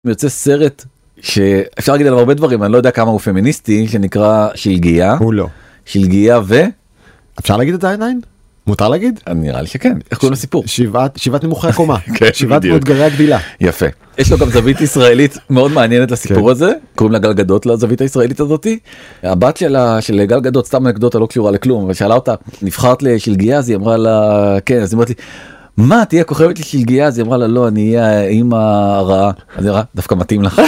יוצא סרט שאפשר להגיד עליו הרבה דברים, אני לא יודע כמה הוא פמיניסטי, שנקרא שלגיה. הוא לא. שלגיה ו... אפשר להגיד את זה עדיין? מותר להגיד? נראה לי שכן. איך קוראים לסיפור? שבעת נמוכי הקומה. כן, שבעת בדיוק. מאותגרי הגדילה. יפה. יש לו גם זווית ישראלית מאוד מעניינת לסיפור הזה, קוראים לה גל גדות לזווית הישראלית הזאתי. הבת של גל גדות, סתם אנקדוטה לא קשורה לכלום, אבל שאלה אותה, נבחרת לשלגיה? אז היא אמרה לה, כן, אז היא אמרת לי, מה, תהיה כוכבת לשלגיה? אז היא אמרה לה, לא, אני אהיה האמא הרעה. אז היא אמרה, דווקא מתאים לך.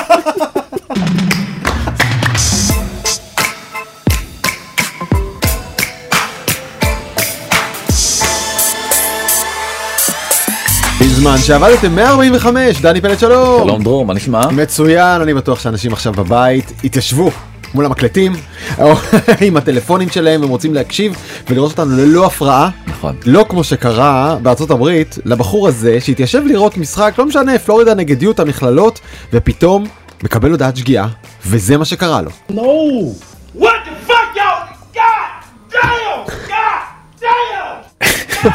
בזמן שעבדתם 145, דני פלט שלום. שלום דרור, מה נשמע? מצוין, אני בטוח שאנשים עכשיו בבית התיישבו מול המקלטים, או עם הטלפונים שלהם, הם רוצים להקשיב ולראות אותנו ללא הפרעה. נכון. לא כמו שקרה בארצות הברית, לבחור הזה שהתיישב לראות משחק, לא משנה, פלורידה נגד יוטה המכללות, ופתאום מקבל הודעת שגיאה, וזה מה שקרה לו. No! What the fuck, y'all? God damn! God damn!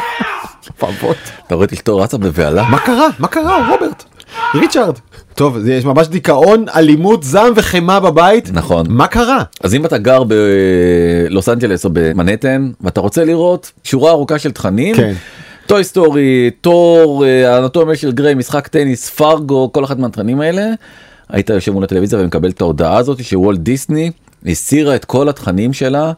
פרפות. אתה רואה את אשתו רצה בבעלה? מה קרה? מה קרה, רוברט? ריצ'רד. טוב, יש ממש דיכאון, אלימות, זעם וחמה בבית. נכון. מה קרה? אז אם אתה גר בלוס אנג'לס או במנהטן, ואתה רוצה לראות שורה ארוכה של תכנים, כן. טוי סטורי, תור, האנטומיה של גריי, משחק טניס, פארגו, כל אחד מהתכנים האלה, היית יושב מול הטלוויזיה ומקבל את ההודעה הזאת שוולט דיסני הסירה את כל התכנים שלה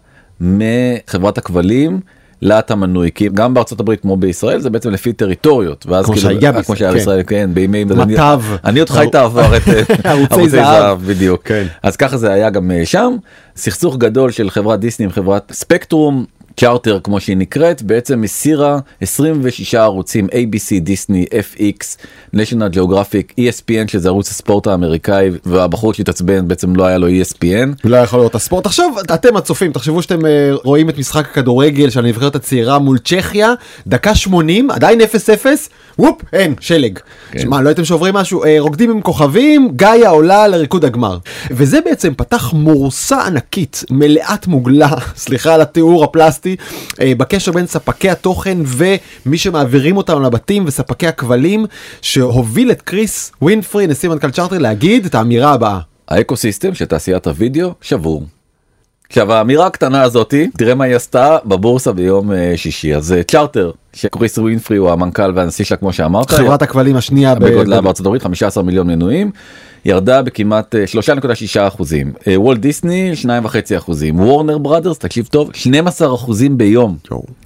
מחברת הכבלים לאט המנוי, כי גם בארצות הברית כמו בישראל זה בעצם לפי טריטוריות, ואז כמו שהיה בישראל, כמו שהיה בישראל, כן, בימי מטב. אני עוד חי את העבר, את ערוצי זהב, בדידוק. כן. אז ככה זה היה גם שם, סכסוך גדול של חברת דיסני עם חברת ספקטרום, צ'ארטר כמו שהיא נקראת, בעצם הסירה 26 ערוצים, ABC, דיסני, FX, National Geographic, ESPN שזה ערוץ הספורט האמריקאי, והבחור שהתעצבן בעצם לא היה לו ESPN. לא יכול לראות הספורט. עכשיו אתם הצופים, תחשבו שאתם רואים את משחק הכדורגל של הנבחרת הצעירה מול צ'כיה, דקה 80, עדיין 0-0, וופ, אין, שלג. מה, לא הייתם שעוברים משהו? רוקדים עם כוכבים, גאיה עולה לריקוד הגמר. וזה בעצם פתח מורסה ענקית, מלאת מוגלה, סליחה על התיאור הפלסטי, בקשר בין ספקי התוכן ומי שמעבירים אותם לבתים וספקי הכבלים, שהוביל את קריס ווינפרי, נשיא מנכ"ל צ'ארטר, להגיד את האמירה הבאה. האקוסיסטם של תעשיית הוידאו שבור. עכשיו האמירה הקטנה הזאתי, תראה מה היא עשתה בבורסה ביום שישי. אז צ'ארטר, שקריס ווינפרי הוא המנכ"ל והנשיא שלה כמו שאמרת, חברת הכבלים השנייה בגודלה בארצות הברית, 15 מיליון מנויים, ירדה בכמעט 3.6%. וולט דיסני 2.5%. וורנר בראדרס, תקשיב טוב, 12% ביום.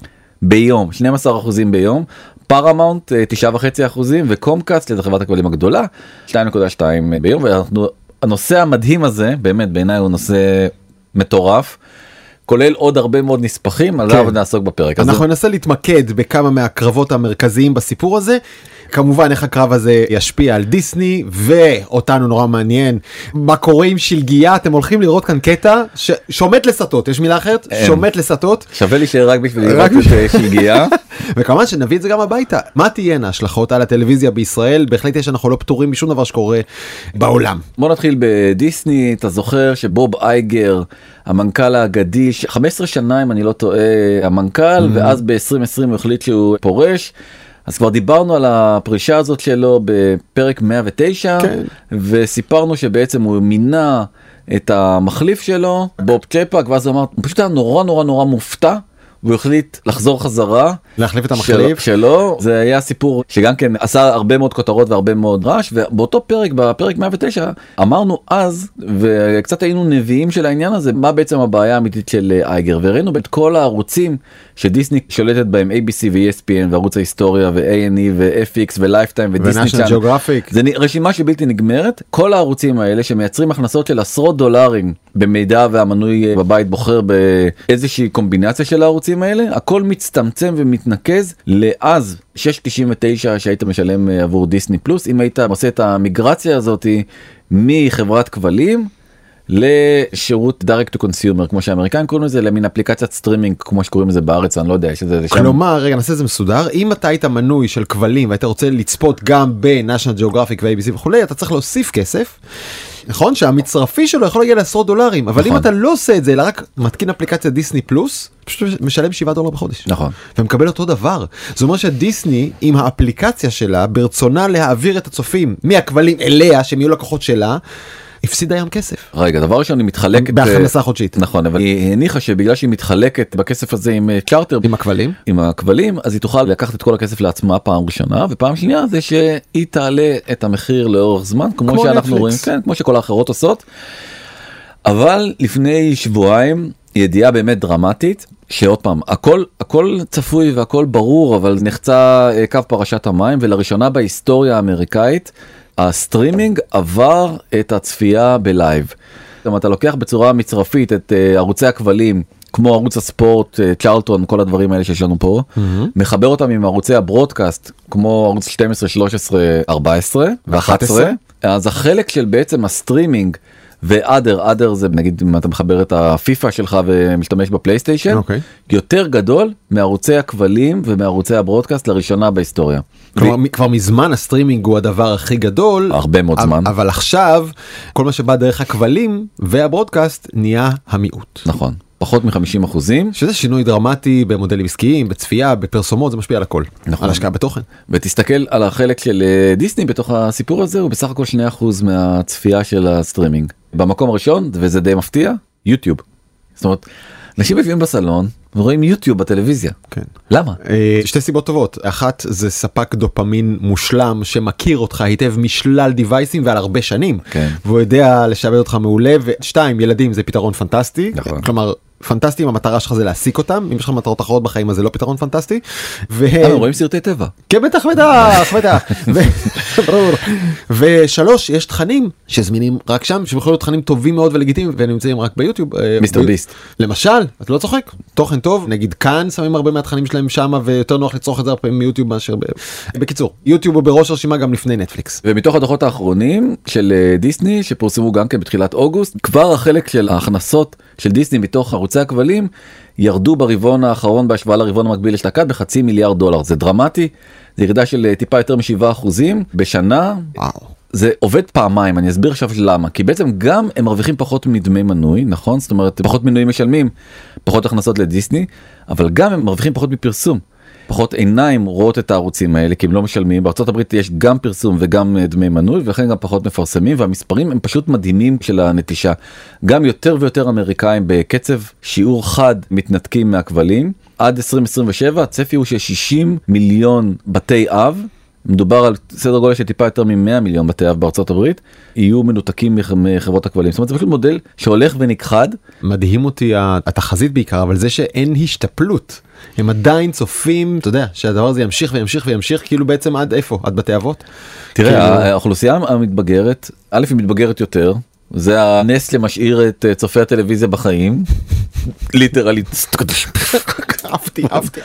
ביום, 12% ביום. פארמאונט 9.5% וקומקאסט, לזה חברת הכבלים הגדולה, 2.2 ביום. והנושא המדהים הזה, באמת בעיניי הוא נושא מטורף, כולל עוד הרבה מאוד נספחים, עליו נעסוק בפרק. אנחנו ננסה להתמקד בכמה מהקרבות המרכזיים בסיפור הזה, כמובן איך הקרב הזה ישפיע על דיסני, ואותנו נורא מעניין, מה קורה עם שלגיה, אתם הולכים לראות כאן קטע, שומט לסטות, יש מילה אחרת? שומט לסטות. שווה לי שרק בשביל לראות את שלגיה. וכמובן שנביא את זה גם הביתה. מה תהיינה ההשלכות על הטלוויזיה בישראל? בהחלט יש שאנחנו לא פטורים משום דבר שקורה בעולם. בוא נתחיל בדיסני, אתה זוכר שבוב אייגר, המנכ"ל האגדי, 15 שנה אם אני לא טועה, המנכ"ל, ואז ב-2020 הוא החליט שהוא פורש, אז כבר דיברנו על הפרישה הזאת שלו בפרק 109, כן. וסיפרנו שבעצם הוא מינה את המחליף שלו, בוב צ'פק, ואז הוא אמר, הוא פשוט היה נורא נורא נורא מופתע, והוא החליט לחזור חזרה. להחליף את המחליף שלו. זה היה סיפור שגם כן עשה הרבה מאוד כותרות והרבה מאוד רעש, ובאותו פרק, בפרק 109, אמרנו אז, וקצת היינו נביאים של העניין הזה, מה בעצם הבעיה האמיתית של אייגר, וראינו את כל הערוצים שדיסני שולטת בהם, ABC ו-ESPN, וערוץ ההיסטוריה, ו-A&E, ו-FX, ו-Lifetime, ודיסני צ'אנל. זה רשימה שבלתי נגמרת. כל הערוצים האלה שמייצרים הכנסות של עשרות דולרים, במידה והמנוי בבית בוחר באיזושהי קומבינציה של הערוצים האלה, הכל מצטמצם ומתנקז לאז 6.99 שהיית משלם עבור דיסני פלוס, אם היית עושה את המיגרציה הזאת מחברת כבלים לשירות direct to consumer, כמו שהאמריקאים קוראים לזה, למין אפליקציית סטרימינג, כמו שקוראים לזה בארץ, אני לא יודע, שזה לשם. כלומר, רגע, נעשה את זה מסודר, אם אתה היית מנוי של כבלים, והיית רוצה לצפות גם ב-National Geographic ו-ABC וכולי, אתה צריך להוסיף כסף, נכון שהמצרפי שלו יכול להגיע $10, אבל אם אתה לא עושה את זה, אלא רק מתקין אפליקציה דיסני פלוס, פשוט משלם $7 בחודש. נכון. ומקבל אותו דבר. זאת אומרת שדיסני, עם האפליקציה שלה, ברצונה להעביר את הצופים מהכבלים אליה, שהם יהיו לקוחות שלה, הפסידה ים כסף. רגע, דבר ראשון, היא מתחלקת... בהכנסה חודשית. נכון, אבל היא הניחה שבגלל שהיא מתחלקת בכסף הזה עם צ'ארטר... עם הכבלים? עם הכבלים, אז היא תוכל לקחת את כל הכסף לעצמה פעם ראשונה, ופעם שנייה זה שהיא תעלה את המחיר לאורך זמן, כמו שאנחנו רואים, כן, כמו שכל האחרות עושות. אבל לפני שבועיים, ידיעה באמת דרמטית, שעוד פעם, הכל צפוי והכל ברור, אבל נחצה קו פרשת המים, ולראשונה בהיסטוריה האמריקאית, הסטרימינג עבר את הצפייה בלייב. אם אתה לוקח בצורה מצרפית את ערוצי הכבלים, כמו ערוץ הספורט, צ'רלטון, כל הדברים האלה שיש לנו פה, מחבר אותם עם ערוצי הברודקאסט, כמו ערוץ 12, 13, 14 ו-11, אז החלק של בעצם הסטרימינג, ואדר זה נגיד אם אתה מחבר את הפיפה שלך ומשתמש בפלייסטיישן, יותר גדול מערוצי הכבלים ומערוצי הברודקאסט לראשונה בהיסטוריה. כבר מזמן הסטרימינג הוא הדבר הכי גדול, הרבה מאוד זמן, אבל עכשיו כל מה שבא דרך הכבלים והברודקאסט נהיה המיעוט. נכון, פחות מ-50%, שזה שינוי דרמטי במודלים עסקיים, בצפייה, בפרסומות, זה משפיע על הכל, על השקעה בתוכן. ותסתכל על החלק של דיסני בתוך הסיפור הזה, הוא בסך הכל 2% מהצפייה של הסטרימינג. במקום הראשון, וזה די מפתיע, יוטיוב. זאת אומרת, אנשים יושבים בסלון ורואים יוטיוב בטלוויזיה. כן. למה? שתי סיבות טובות. אחת, זה ספק דופמין מושלם שמכיר אותך היטב משלל דיווייסים ועל הרבה שנים. כן. והוא יודע לשעבד אותך מעולה. ושתיים, ילדים זה פתרון פנטסטי. נכון. כלומר, פנטסטי אם המטרה שלך זה להעסיק אותם, אם יש לך מטרות אחרות בחיים אז זה לא פתרון פנטסטי. רואים סרטי טבע. כן, בטח. ברור. ושלוש, יש תכנים שזמינים רק שם, שיכולים להיות תכנים טובים מאוד ולגיטימיים ונמצאים רק ביוטיוב. מיסטר ביסט. למשל, אתה לא צוחק, תוכן טוב, נגיד כאן שמים הרבה מהתכנים שלהם שם ויותר נוח לצרוך את זה הרבה מיוטיוב מאשר בקיצור, יוטיוב הוא בראש הרשימה גם לפני נטפליקס. ומתוך הדוחות האחרונים של דיסני שפורסמו גם כן בתחילת אוגוסט, כבר החלק של ההכנסות של דיסני מתוך ערוצי הכבלים ירדו ברבעון האחרון בהשוואה לרבעון המקביל אשתקד ב$500 מיליארד. זה דרמטי, זה ירידה של טיפה יותר מ7% בשנה. וואו. זה עובד פעמיים, אני אסביר עכשיו למה, כי בעצם גם הם מרוויחים פחות מדמי מנוי, נכון? זאת אומרת, פחות מנויים משלמים, פחות הכנסות לדיסני, אבל גם הם מרוויחים פחות מפרסום. פחות עיניים רואות את הערוצים האלה, כי הם לא משלמים. בארצות הברית יש גם פרסום וגם דמי מנוי, ולכן גם פחות מפרסמים, והמספרים הם פשוט מדהימים של הנטישה. גם יותר ויותר אמריקאים בקצב שיעור חד מתנתקים מהכבלים. עד 2027, הצפי הוא ש60 מיליון בתי אב, מדובר על סדר גודל של טיפה יותר מ100 מיליון בתי אב בארצות הברית, יהיו מנותקים מחברות הכבלים. זאת אומרת, זה פשוט מודל שהולך ונכחד. מדהים אותי התחזית בעיקר, אבל זה שאין השתפלות. הם עדיין צופים, אתה יודע, שהדבר הזה ימשיך וימשיך וימשיך, כאילו בעצם עד איפה? עד בתי אבות? תראה, האוכלוסייה המתבגרת, א' היא מתבגרת יותר, זה הנס למשאיר את צופי הטלוויזיה בחיים, ליטרלי, אהבתי.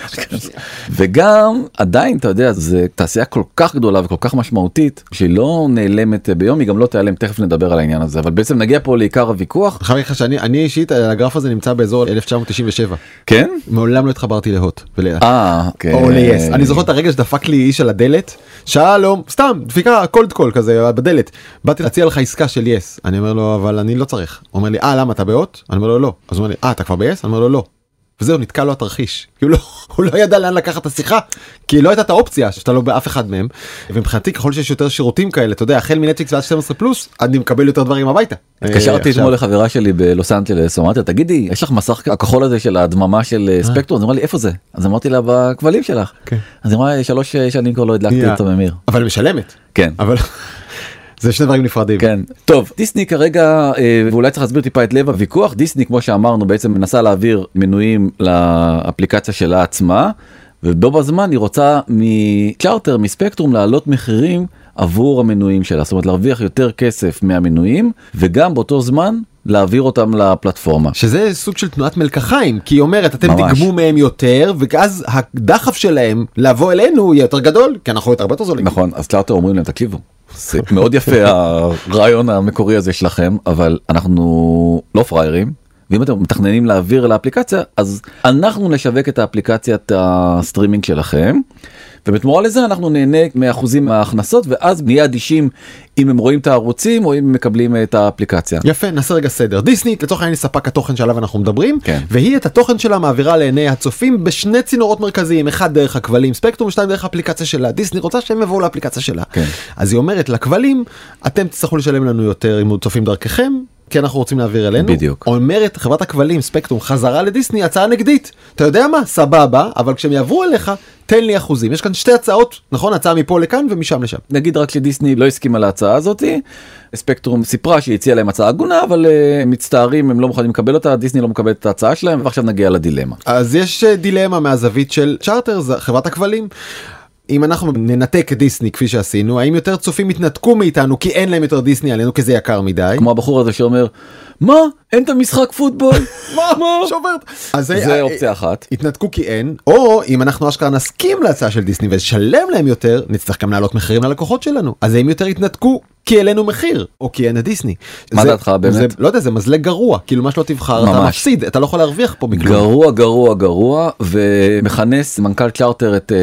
וגם עדיין, אתה יודע, זה תעשייה כל כך גדולה וכל כך משמעותית, שהיא לא נעלמת ביום, היא גם לא תיעלם, תכף נדבר על העניין הזה, אבל בעצם נגיע פה לעיקר הוויכוח. אני חייב לך שאני אישית, הגרף הזה נמצא באזור 1997. כן? מעולם לא התחברתי להוט ולאט. כן. או ליס. אני זוכר את הרגע שדפק לי איש על הדלת, שלום, סתם, דפיקה קולד קול כזה בדלת. באתי להציע לך עסקה של יס. אני אומר לו, אבל אני לא צריך. הוא אומר לי, למה, אתה בהוט? אני אומר לו, לא. אז הוא אומר לי, אתה כבר ביס? אני אומר לו, לא. וזהו, נתקע לו התרחיש. הוא לא ידע לאן לקחת את השיחה, כי לא הייתה את האופציה שאתה לא באף אחד מהם. ומבחינתי, ככל שיש יותר שירותים כאלה, אתה יודע, החל מנטפליקס ועד 12 פלוס, אני מקבל יותר דברים הביתה. התקשרתי אתמול לחברה שלי בלוס אנג'לס, אמרתי לה, תגידי, יש לך מסך הכחול הזה של הדממה של ספקטרום? אז אמרה לי, איפה זה? אז אמרתי לה, בכבלים שלך. אז היא אמרה, 3 שנים כבר לא הדלקתי את הממיר. אבל היא משלמת. כן. אבל זה שני דברים נפרדים. כן. טוב, דיסני כרגע, ואולי צריך להסביר טיפה את לב הוויכוח, דיסני כמו שאמרנו בעצם מנסה להעביר מנויים לאפליקציה שלה עצמה, ובו בזמן היא רוצה מצ'ארטר, מספקטרום, להעלות מחירים עבור המנויים שלה, זאת אומרת להרוויח יותר כסף מהמנויים, וגם באותו זמן להעביר אותם לפלטפורמה. שזה סוג של תנועת מלקחיים, כי היא אומרת, אתם תגמו מהם יותר, ואז הדחף שלהם לבוא אלינו יהיה יותר גדול, כי אנחנו יותר יותר זולים. נכון, אז צ'ארטר אומרים להם, תקשיבו, זה מאוד יפה הרעיון המקורי הזה שלכם, אבל אנחנו לא פריירים, ואם אתם מתכננים להעביר לאפליקציה, אז אנחנו נשווק את האפליקציית הסטרימינג שלכם, ובתמורה לזה אנחנו נהנה מאחוזים מההכנסות, ואז נהיה אדישים אם הם רואים את הערוצים או אם הם מקבלים את האפליקציה. יפה, נעשה רגע סדר. דיסני, לצורך העניין, ספק התוכן שעליו אנחנו מדברים, כן. והיא את התוכן שלה מעבירה לעיני הצופים בשני צינורות מרכזיים, אחד דרך הכבלים ספקטרום, ושתיים דרך האפליקציה שלה. דיסני רוצה שהם יבואו לאפליקציה שלה. כן. אז היא אומרת לכבלים, אתם תצטרכו לשלם לנו יותר אם צופים דרככם, כי אנחנו רוצים להעביר אלינו. בדיוק. אומרת חברת הכבלים ספקטרום חזרה לדיסני, הצעה נגדית. אתה יודע מה? סבבה, אבל כשהם יעברו אליך, תן לי אחוזים. יש כאן שתי הצעות, נכון? הצעה מפה לכאן ומשם לשם. נגיד רק שדיסני לא הסכימה להצעה הזאת, ספקטרום סיפרה שהיא הציעה להם הצעה הגונה, אבל מצטערים, הם לא מוכנים לקבל אותה, דיסני לא מקבלת את ההצעה שלהם, ועכשיו נגיע לדילמה. אז יש דילמה מהזווית של צ'ארטר, חברת הכבלים. אם אנחנו ננתק את דיסני כפי שעשינו, האם יותר צופים יתנתקו מאיתנו כי אין להם יותר דיסני עלינו, כי זה יקר מדי? כמו הבחור הזה שאומר, מה? אין את המשחק פוטבול? מה? שוברת. אז זה אופציה אחת. יתנתקו כי אין, או אם אנחנו אשכרה נסכים להצעה של דיסני ושלם להם יותר, נצטרך גם להעלות מחירים ללקוחות שלנו. אז הם יותר יתנתקו כי אלינו מחיר, או כי אין הדיסני. מה דעתך באמת? לא יודע, זה מזלג גרוע, כאילו מה שלא תבחר, אתה מפסיד, אתה לא יכול להרוויח פה מכלום. גרוע, ומכנס מנכ"ל צ'ארטר את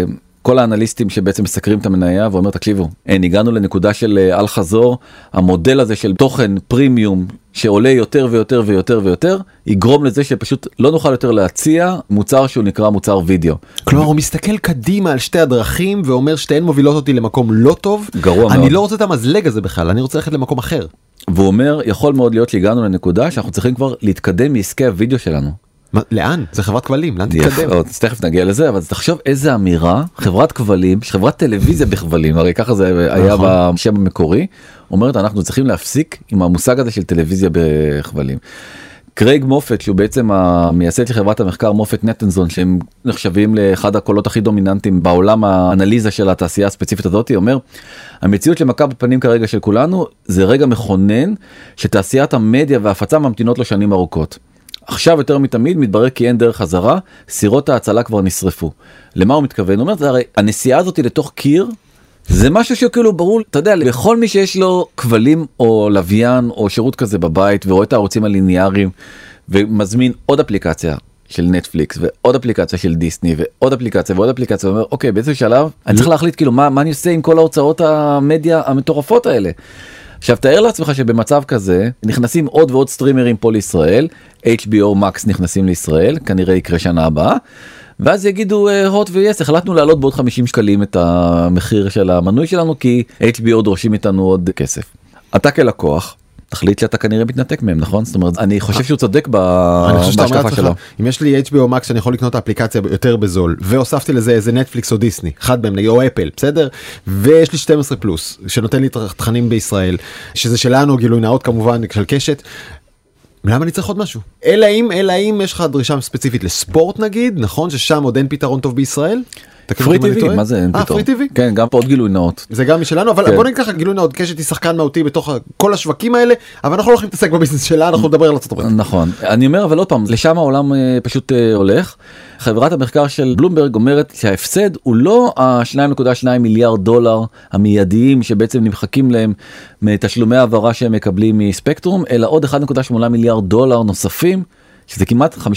כל האנליסטים שבעצם מסקרים את המניה, ואומר, תקשיבו, הגענו לנקודה של על חזור, המודל הזה של תוכן פרימיום, שעולה יותר ויותר ויותר ויותר, יגרום לזה שפשוט לא נוכל יותר להציע מוצר שהוא נקרא מוצר וידאו. כלומר, הוא מסתכל קדימה על שתי הדרכים, ואומר שתיהן מובילות אותי למקום לא טוב. גרוע מאוד. אני לא רוצה את המזלג הזה בכלל, אני רוצה ללכת למקום אחר. והוא אומר, יכול מאוד להיות שהגענו לנקודה שאנחנו צריכים כבר להתקדם מעסקי הוידאו שלנו. לאן? זה חברת כבלים, לאן תתקדם? אז תכף נגיע לזה, אבל תחשוב איזה אמירה, חברת כבלים, חברת טלוויזיה בכבלים, הרי ככה זה היה בשם המקורי, אומרת אנחנו צריכים להפסיק עם המושג הזה של טלוויזיה בכבלים. קרייג מופט, שהוא בעצם המייסד של חברת המחקר מופט נטנזון, שהם נחשבים לאחד הקולות הכי דומיננטיים בעולם האנליזה של התעשייה הספציפית הזאת, אומר, המציאות שמכה בפנים כרגע של כולנו, זה רגע מכונן שתעשיית המדיה וההפצה ממתינות לו שנים ארוכות. עכשיו יותר מתמיד מתברר כי אין דרך חזרה, סירות ההצלה כבר נשרפו. למה הוא מתכוון? הוא אומר, זה הרי הנסיעה הזאת לתוך קיר, זה משהו שכאילו ברור, אתה יודע, לכל מי שיש לו כבלים או לוויין או שירות כזה בבית, ורואה את הערוצים הליניאריים, ומזמין עוד אפליקציה של נטפליקס, ועוד אפליקציה של דיסני, ועוד אפליקציה ועוד אפליקציה, ואומר, אוקיי, באיזה שלב, אני צריך להחליט כאילו, מה אני עושה עם כל ההוצאות המדיה המטורפות האלה? עכשיו תאר לעצמך שבמצב כזה נכנסים עוד ועוד סטרימרים פה לישראל, HBO Max נכנסים לישראל, כנראה יקרה שנה הבאה, ואז יגידו הוט ויס, החלטנו לעלות בעוד 50 שקלים את המחיר של המנוי שלנו, כי HBO דורשים איתנו עוד כסף. אתה כלקוח, תחליט שאתה כנראה מתנתק מהם, נכון? זאת אומרת, אני חושב שהוא צודק בהשקפה שלו. אם יש לי HBO Max, אני יכול לקנות את האפליקציה יותר בזול, והוספתי לזה איזה נטפליקס או דיסני, אחד מהם, או אפל, בסדר? ויש לי 12 פלוס, שנותן לי תכנים בישראל, שזה שלנו, גילוי נאות כמובן, של קשת. למה אני צריך עוד משהו? אלא אם יש לך דרישה ספציפית לספורט נגיד, נכון? ששם עוד אין פתרון טוב בישראל? פרי טיווי, מה זה אין פתרון? פרי טיווי? כן, גם פה עוד גילוי נאות. זה גם משלנו, אבל בוא נגיד ככה, גילוי נאות, קשת היא שחקן מהותי בתוך כל השווקים האלה, אבל אנחנו לא הולכים להתעסק בביזנס שלה, אנחנו נדבר על ארצות הברית. נכון, אני אומר, אבל עוד פעם, לשם העולם פשוט הולך. חברת המחקר של בלומברג אומרת שההפסד הוא לא ה-2.2 מיליארד דולר המיידיים שבעצם נמחקים להם מתשלומי העברה שהם מקבלים מספקטרום, אלא עוד 1.8 מיליארד דולר נוספים, שזה כמעט 50-50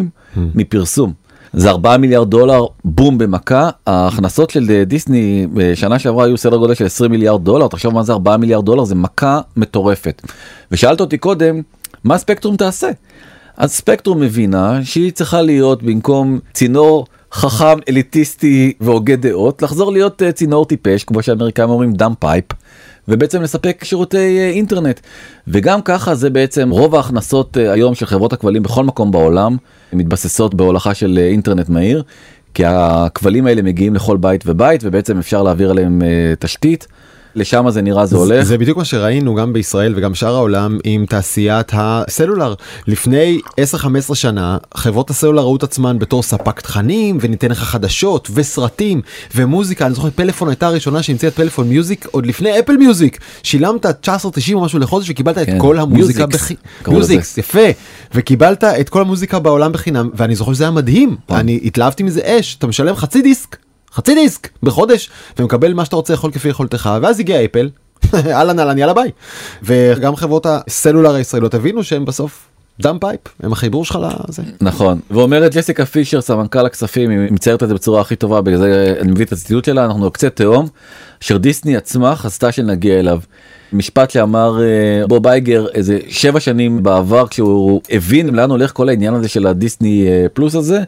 מפרסום. זה 4 מיליארד דולר בום במכה, ההכנסות של דיסני בשנה שעברה היו סדר גודל של 20 מיליארד דולר, תחשוב מה זה 4 מיליארד דולר, זה מכה מטורפת. ושאלת אותי קודם, מה ספקטרום תעשה? אז ספקטרום מבינה שהיא צריכה להיות במקום צינור חכם, אליטיסטי והוגה דעות, לחזור להיות צינור טיפש, כמו שהאמריקאים אומרים דאם פייפ, ובעצם לספק שירותי אינטרנט. וגם ככה זה בעצם רוב ההכנסות היום של חברות הכבלים בכל מקום בעולם, מתבססות בהולכה של אינטרנט מהיר, כי הכבלים האלה מגיעים לכל בית ובית, ובעצם אפשר להעביר עליהם תשתית. לשם זה נראה זה הולך. זה בדיוק מה שראינו גם בישראל וגם שאר העולם עם תעשיית הסלולר. לפני 10-15 שנה חברות הסלולר ראו את עצמן בתור ספק תכנים וניתן לך חדשות וסרטים ומוזיקה. אני זוכר פלאפון הייתה הראשונה שהמציאה את פלאפון מיוזיק עוד לפני אפל מיוזיק. שילמת 19.90 או משהו לחודש וקיבלת את כל המוזיקה מיוזיקס, יפה. וקיבלת את כל המוזיקה בעולם בחינם, ואני זוכר שזה היה מדהים. אני התלהבתי מזה אש. אתה משלם חצי דיסק בחודש, ומקבל מה שאתה רוצה לאכול כפי יכולתך, ואז הגיע אפל, אהלן, יאללה ביי. וגם חברות הסלולר הישראליות הבינו שהם בסוף דאם פייפ, הם החיבור שלך לזה. נכון, ואומרת ג'סיקה פישר, סמנכ"ל הכספים, היא מציירת את זה בצורה הכי טובה, בגלל זה אני מביא את הציטוט שלה, אנחנו נקצה תהום, אשר דיסני עצמה חסתה שנגיע אליו. משפט שאמר בוב אייגר איזה 7 שנים בעבר, כשהוא הבין לאן הולך כל העניין הזה של הדיסני פלוס הזה,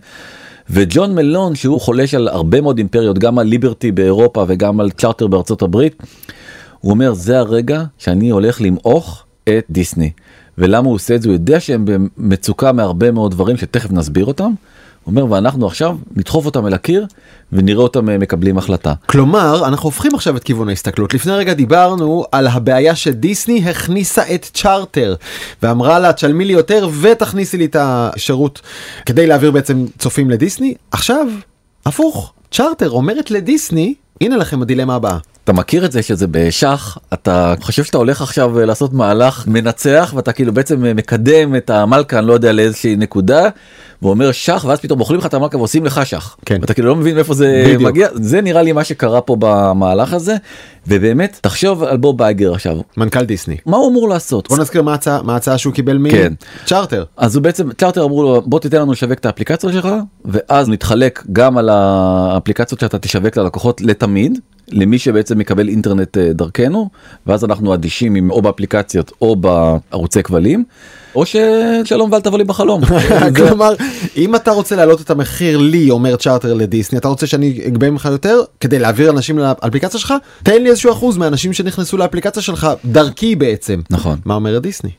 וג'ון מלון, שהוא חולש על הרבה מאוד אימפריות, גם על ליברטי באירופה וגם על צ'ארטר בארצות הברית, הוא אומר, זה הרגע שאני הולך למעוך את דיסני. ולמה הוא עושה את זה? הוא יודע שהם במצוקה מהרבה מאוד דברים שתכף נסביר אותם. הוא אומר, ואנחנו עכשיו נדחוף אותם אל הקיר ונראה אותם מקבלים החלטה. כלומר, אנחנו הופכים עכשיו את כיוון ההסתכלות. לפני רגע דיברנו על הבעיה שדיסני הכניסה את צ'ארטר, ואמרה לה, תשלמי לי יותר ותכניסי לי את השירות כדי להעביר בעצם צופים לדיסני. עכשיו, הפוך, צ'ארטר אומרת לדיסני, הנה לכם הדילמה הבאה. אתה מכיר את זה שזה בשח, אתה חושב שאתה הולך עכשיו לעשות מהלך מנצח, ואתה כאילו בעצם מקדם את המלכה, אני לא יודע לאיזושהי נקודה, ואומר שח, ואז פתאום אוכלים לך את המלכה ועושים לך שח. כן. ואתה כאילו לא מבין מאיפה זה בדיוק. מגיע. זה נראה לי מה שקרה פה במהלך הזה, ובאמת, תחשוב על בוב אייגר עכשיו. מנכ"ל דיסני. מה הוא אמור לעשות? בוא נזכיר מה ההצעה שהוא קיבל כן. מצ'ארטר. אז הוא בעצם, צ'ארטר אמרו לו, בוא תיתן לנו לשווק את האפליקציות שלך, ואז נתחלק גם על האפליקציות שאתה תשווק ללקוחות לתמיד, למי שבעצם מקבל אינטרנט דרכנו, ואז אנחנו אדישים עם או באפליקציות או בערוצי כבלים, או ששלום ואל תבוא לי בחלום. כלומר, אם אתה רוצה להעלות את המחיר לי, אומר צ'ארטר לדיסני, אתה רוצה שאני אגבה ממך יותר, כדי להעביר אנשים לאפליקציה שלך, תן לי איזשהו אחוז מהאנשים שנכנסו לאפליקציה שלך, דרכי בעצם. נכון. מה אומרת דיסני?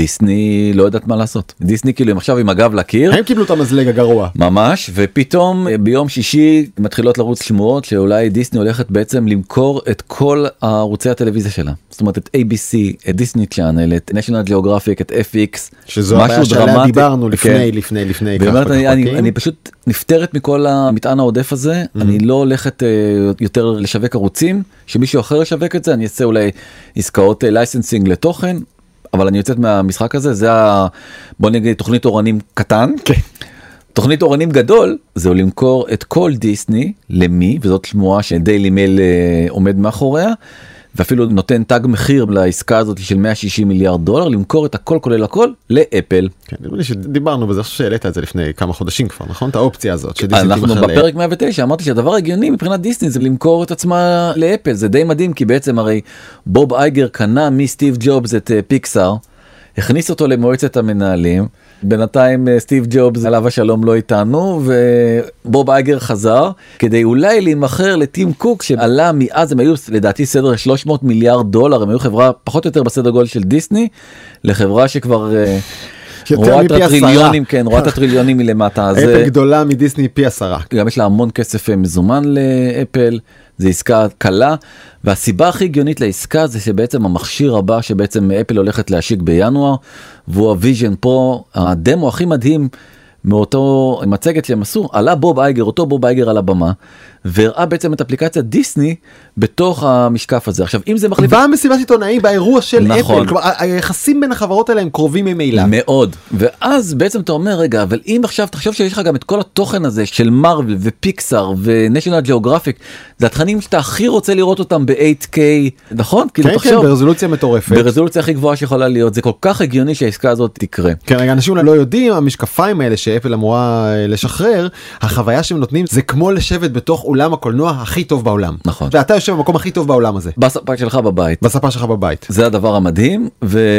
דיסני לא יודעת מה לעשות. דיסני כאילו הם עכשיו עם הגב לקיר. הם קיבלו את המזלג הגרוע. ממש, ופתאום ביום שישי מתחילות לרוץ שמועות שאולי דיסני הולכת בעצם למכור את כל ערוצי הטלוויזיה שלה. זאת אומרת את ABC, את דיסני צ'אנל, את National Geographic, את FX. שזו הבעיה שעליה דיברנו לפני. באמת אני פשוט נפטרת מכל המטען העודף הזה, אני לא הולכת יותר לשווק ערוצים, שמישהו אחר ישווק את זה, אני אעשה אולי עסקאות לייסנסינג לתוכן, אבל אני יוצאת מהמשחק הזה, זה בוא נגיד תוכנית אורנים קטן. כן. תוכנית אורנים גדול, זהו למכור את כל דיסני, למי, וזאת שמועה שדיילי מייל עומד מאחוריה, ואפילו נותן תג מחיר לעסקה הזאת של 160 מיליארד דולר, למכור את הכל כולל הכל לאפל. כן, נראה לי שדיברנו בזה, שהעלית את זה לפני כמה חודשים כבר, נכון? את האופציה הזאת. אנחנו בפרק 109, אמרתי שהדבר הגיוני מבחינת דיסני זה למכור את עצמה לאפל, זה די מדהים, כי בעצם הרי בוב אייגר קנה מסטיב ג'ובס את פיקסאר, הכניס אותו למועצת המנהלים, בינתיים סטיב ג'ובס עליו השלום לא איתנו, ובוב אייגר חזר, כדי אולי להימכר לטים קוק, שעלה מאז, הם היו לדעתי סדר 300 מיליארד דולר, הם היו חברה פחות או יותר בסדר גודל של דיסני, לחברה שכבר רואה את הטריליונים, כן, רואה את הטריליונים מלמטה. אפל גדולה מדיסני פי 10. גם יש לה המון כסף מזומן לאפל, זה עסקה קלה, והסיבה הכי הגיונית לעסקה זה שבעצם המכשיר הבא שבעצם אפל הולכת להשיק בינואר, והוא הוויז'ן פרו, הדמו הכי מדהים מאותו מצגת שהם עשו, עלה בוב אייגר, אותו בוב אייגר על הבמה, והראה בעצם את אפליקציית דיסני בתוך המשקף הזה. עכשיו, אם זה מחליף... במסיבת עיתונאים באירוע של נכון. אפל, כלומר, היחסים בין החברות האלה הם קרובים ממילא. מאוד. ואז בעצם אתה אומר, רגע, אבל אם עכשיו תחשוב שיש לך גם את כל התוכן הזה של מרוול ופיקסאר ונשיונל ג'אוגרפיק, זה התכנים שאתה הכי רוצה לראות אותם ב-8K, נכון? כן, כן, ברזולוציה מטורפת. ברזולוציה הכי גבוהה שיכולה להיות. זה כל כך הגיוני שהעסקה הזאת תקרה. כן, רגע, אנשים לא יודעים, המשקפיים האלה שאפל אמורה לשחרר, החוויה שהם נותנים זה כמו לשבת בתוך אולם הקולנוע הכי טוב בעולם. נכון. ואתה יושב במקום הכי טוב בעולם הזה. בספה שלך בבית. בספה שלך בבית. זה הדבר המדהים,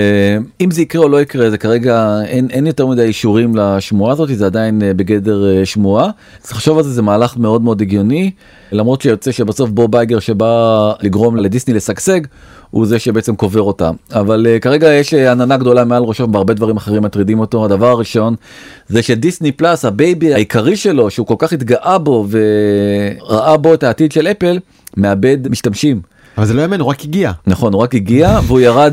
ואם זה יקרה או לא יקרה, זה כרגע, אין יותר מדי אישורים לשמועה הזאת, זה עדיין בגדר שמועה. אז חשוב על זה, זה מהלך מאוד מאוד הגיוני, למרות שיוצא שבסוף בוב אייגר שבא לגרום לדיסני לשגשג, הוא זה שבעצם קובר אותה. אבל כרגע יש עננה גדולה מעל ראשו, בהרבה דברים אחרים מטרידים אותו. הדבר הראשון זה שדיסני פלאס, הבייבי העיקרי שלו, שהוא כל כך התגאה בו וראה בו את העתיד של אפל, מאבד משתמשים. אבל זה לא יאמן, הוא רק הגיע. נכון, הוא רק הגיע, והוא ירד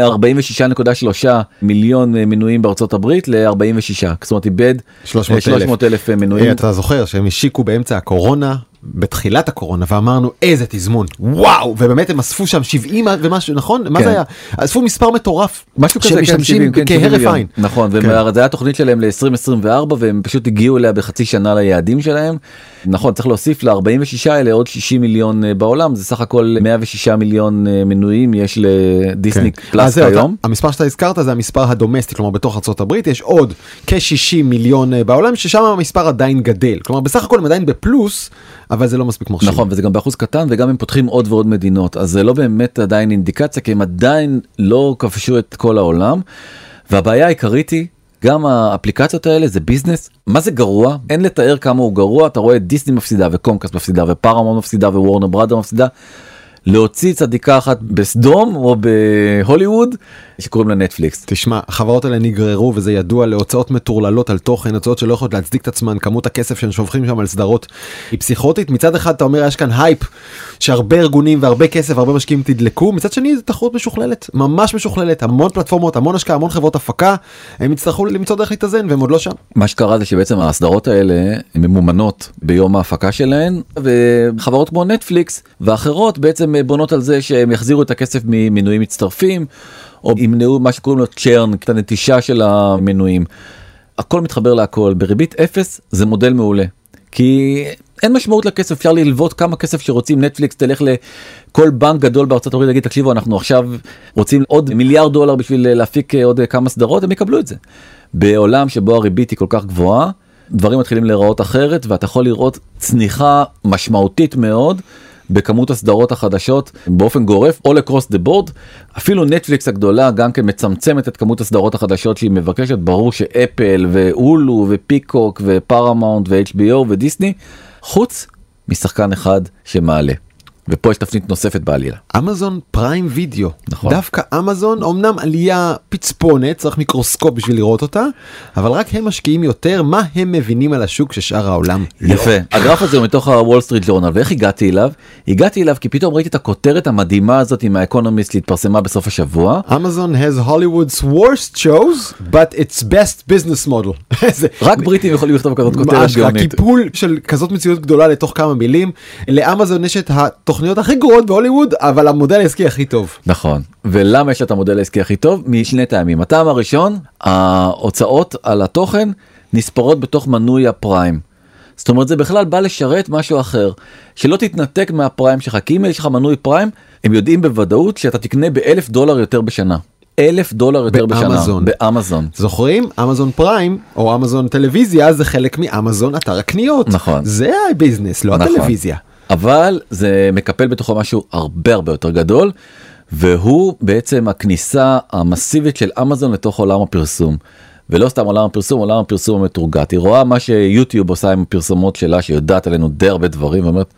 מ-46.3 מיליון מנויים בארצות הברית ל-46. זאת אומרת, איבד 300,000 מנויים. אתה זוכר שהם השיקו באמצע הקורונה, בתחילת הקורונה ואמרנו איזה תזמון, וואו, ובאמת הם אספו שם 70 ומשהו, נכון? מה זה היה? אספו מספר מטורף. משהו כזה, שמשתמשים כהרף עין. נכון, וזה היה תוכנית שלהם ל-2024, והם פשוט הגיעו אליה בחצי שנה ליעדים שלהם. נכון, צריך להוסיף ל-46 האלה עוד 60 מיליון בעולם, זה סך הכל 106 מיליון מנויים יש לדיסני פלאס היום. המספר שאתה הזכרת זה המספר הדומסטי, כלומר בתוך ארצות הברית יש עוד כ-60 מיליון בעולם, ששם המספר עדיין גדל. כלומר בסך הכל הם עדיין בפלוס, אבל זה לא מספיק מרשים. נכון, וזה גם באחוז קטן, וגם הם פותחים עוד ועוד מדינות, אז זה לא באמת עדיין אינדיקציה, כי הם עדיין לא כבשו את כל העולם, והבעיה העיקרית היא, גם האפליקציות האלה זה ביזנס, מה זה גרוע? אין לתאר כמה הוא גרוע, אתה רואה דיסני מפסידה וקומקאסט מפסידה ופארמאונט מפסידה ווורנר בראדר מפסידה, להוציא צדיקה אחת בסדום או בהוליווד שקוראים לה נטפליקס. תשמע, החברות האלה נגררו וזה ידוע להוצאות מטורללות על תוכן, הוצאות שלא יכולות להצדיק את עצמן, כמות הכסף שהם שופכים שם על סדרות היא פסיכוטית. מצד אחד אתה אומר יש כאן הייפ שהרבה ארגונים והרבה כסף והרבה משקיעים תדלקו, מצד שני זה תחרות משוכללת, ממש משוכללת, המון פלטפורמות, המון השקעה, המון חברות הפקה, הם יצטרכו למצוא דרך להתאזן והם עוד לא שם. מה שקרה זה שבעצם הסדרות האלה ממומנות ביום ההפקה שלהן, וחברות כמו נטפליקס ואחרות בעצם בונות על זה שהם יחזירו את הכסף ממנויים מצטרפים, או ימנעו מה שקוראים לו צ'רן, את הנטישה של המנויים. הכל מתחבר להכל. בריבית אפס זה מודל מעולה. כי אין משמעות לכסף, אפשר ללוות כמה כסף שרוצים. נטפליקס תלך לכל בנק גדול בארצות הברית, להגיד, תקשיבו, אנחנו עכשיו רוצים עוד $1 מיליארד בשביל להפיק עוד כמה סדרות, הם יקבלו את זה. בעולם שבו הריבית היא כל כך גבוהה, דברים מתחילים להיראות אחרת, ואתה יכול לראות צניחה משמעותית מאוד, בכמות הסדרות החדשות באופן גורף, all across the board. אפילו נטפליקס הגדולה גם כן מצמצמת את כמות הסדרות החדשות שהיא מבקשת. ברור שאפל והולו ופיקוק ופארמאונט ו-HBO ודיסני, חוץ משחקן אחד שמעלה. ופה יש תפנית נוספת בעלילה. אמזון פריים וידאו. נכון. דווקא אמזון, אומנם עלייה פצפונת, צריך מיקרוסקופ בשביל לראות אותה, אבל רק הם משקיעים יותר, מה הם מבינים על השוק ששאר העולם לא. יפה. הגרף הזה הוא מתוך הוול סטריט ג'ורנל, ואיך הגעתי אליו? הגעתי אליו כי פתאום ראיתי את הכותרת המדהימה הזאת עם האקונומיסט להתפרסמה בסוף השבוע. Amazon has Hollywood's worst shows, but its best business model. רק בריטים יכולים לכתוב כזאת כותרת גאונית. הקיפול של כזאת מציאות גדולה לתוך כמה מילים. לאמזון יש את התוכניות הכי גרועות בהוליווד, אבל המודל העסקי הכי טוב. נכון. ולמה יש את המודל העסקי הכי טוב? משני טעמים. הטעם הראשון, ההוצאות על התוכן נספרות בתוך מנוי הפריים. זאת אומרת, זה בכלל בא לשרת משהו אחר. שלא תתנתק מהפריים שלך, כי אם יש לך מנוי פריים, הם יודעים בוודאות שאתה תקנה $1,000 יותר בשנה. $1,000 יותר בשנה. באמזון. זוכרים? אמזון פריים, או אמזון טלוויזיה, זה חלק מאמזון אתר הקניות. נכון. זה הביזנס, לא הטלוויזיה. אבל זה מקפל בתוכו משהו הרבה הרבה יותר גדול, והוא בעצם הכניסה המסיבית של אמזון לתוך עולם הפרסום. ולא סתם עולם הפרסום, עולם הפרסום המתורגת. היא רואה מה שיוטיוב עושה עם הפרסומות שלה, שיודעת עלינו די הרבה דברים, ואומרת,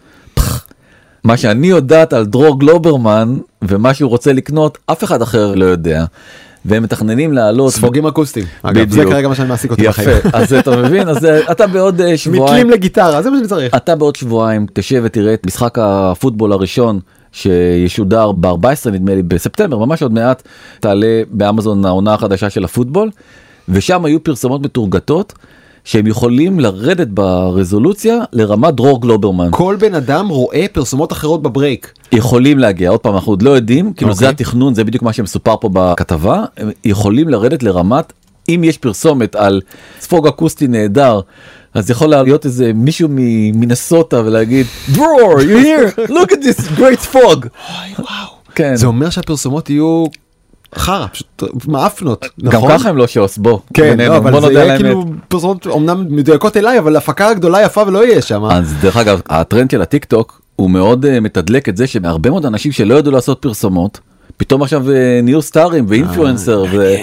מה שאני יודעת על דרור גלוברמן, ומה שהוא רוצה לקנות, אף אחד אחר לא יודע. והם מתכננים לעלות... ספוגים אקוסטיים. אגב, זה כרגע מה שאני מעסיק אותי בחיים. יפה, אז אתה מבין? אז אתה בעוד שבועיים... מתלים לגיטרה, זה מה שאני צריך. אתה בעוד שבועיים תשב ותראה את משחק הפוטבול הראשון, שישודר ב-14, נדמה לי, בספטמבר, ממש עוד מעט, תעלה באמזון העונה החדשה של הפוטבול, ושם היו פרסומות מתורגתות, שהם יכולים לרדת ברזולוציה לרמת דרור גלוברמן. כל בן אדם רואה פרסומות אחרות בברייק. יכולים להגיע, עוד פעם, אנחנו עוד לא יודעים, כאילו זה התכנון, זה בדיוק מה שמסופר פה בכתבה, הם יכולים לרדת לרמת, אם יש פרסומת על ספוג אקוסטי נהדר, אז יכול להיות איזה מישהו ממינסוטה ולהגיד, דרור, you here, look at this great fog. וואו. כן. זה אומר שהפרסומות יהיו... חרה, פשוט מאפנות, נכון? גם ככה הם לא שעוס, בוא. כן, לא, אבל זה יהיה כאילו פרסומות אומנם מדויקות אליי, אבל הפקה גדולה יפה ולא יהיה שם. אז דרך אגב, הטרנד של הטיק טוק הוא מאוד מתדלק את זה שהרבה מאוד אנשים שלא ידעו לעשות פרסומות, פתאום עכשיו נהיו סטארים ואינפלואנסר.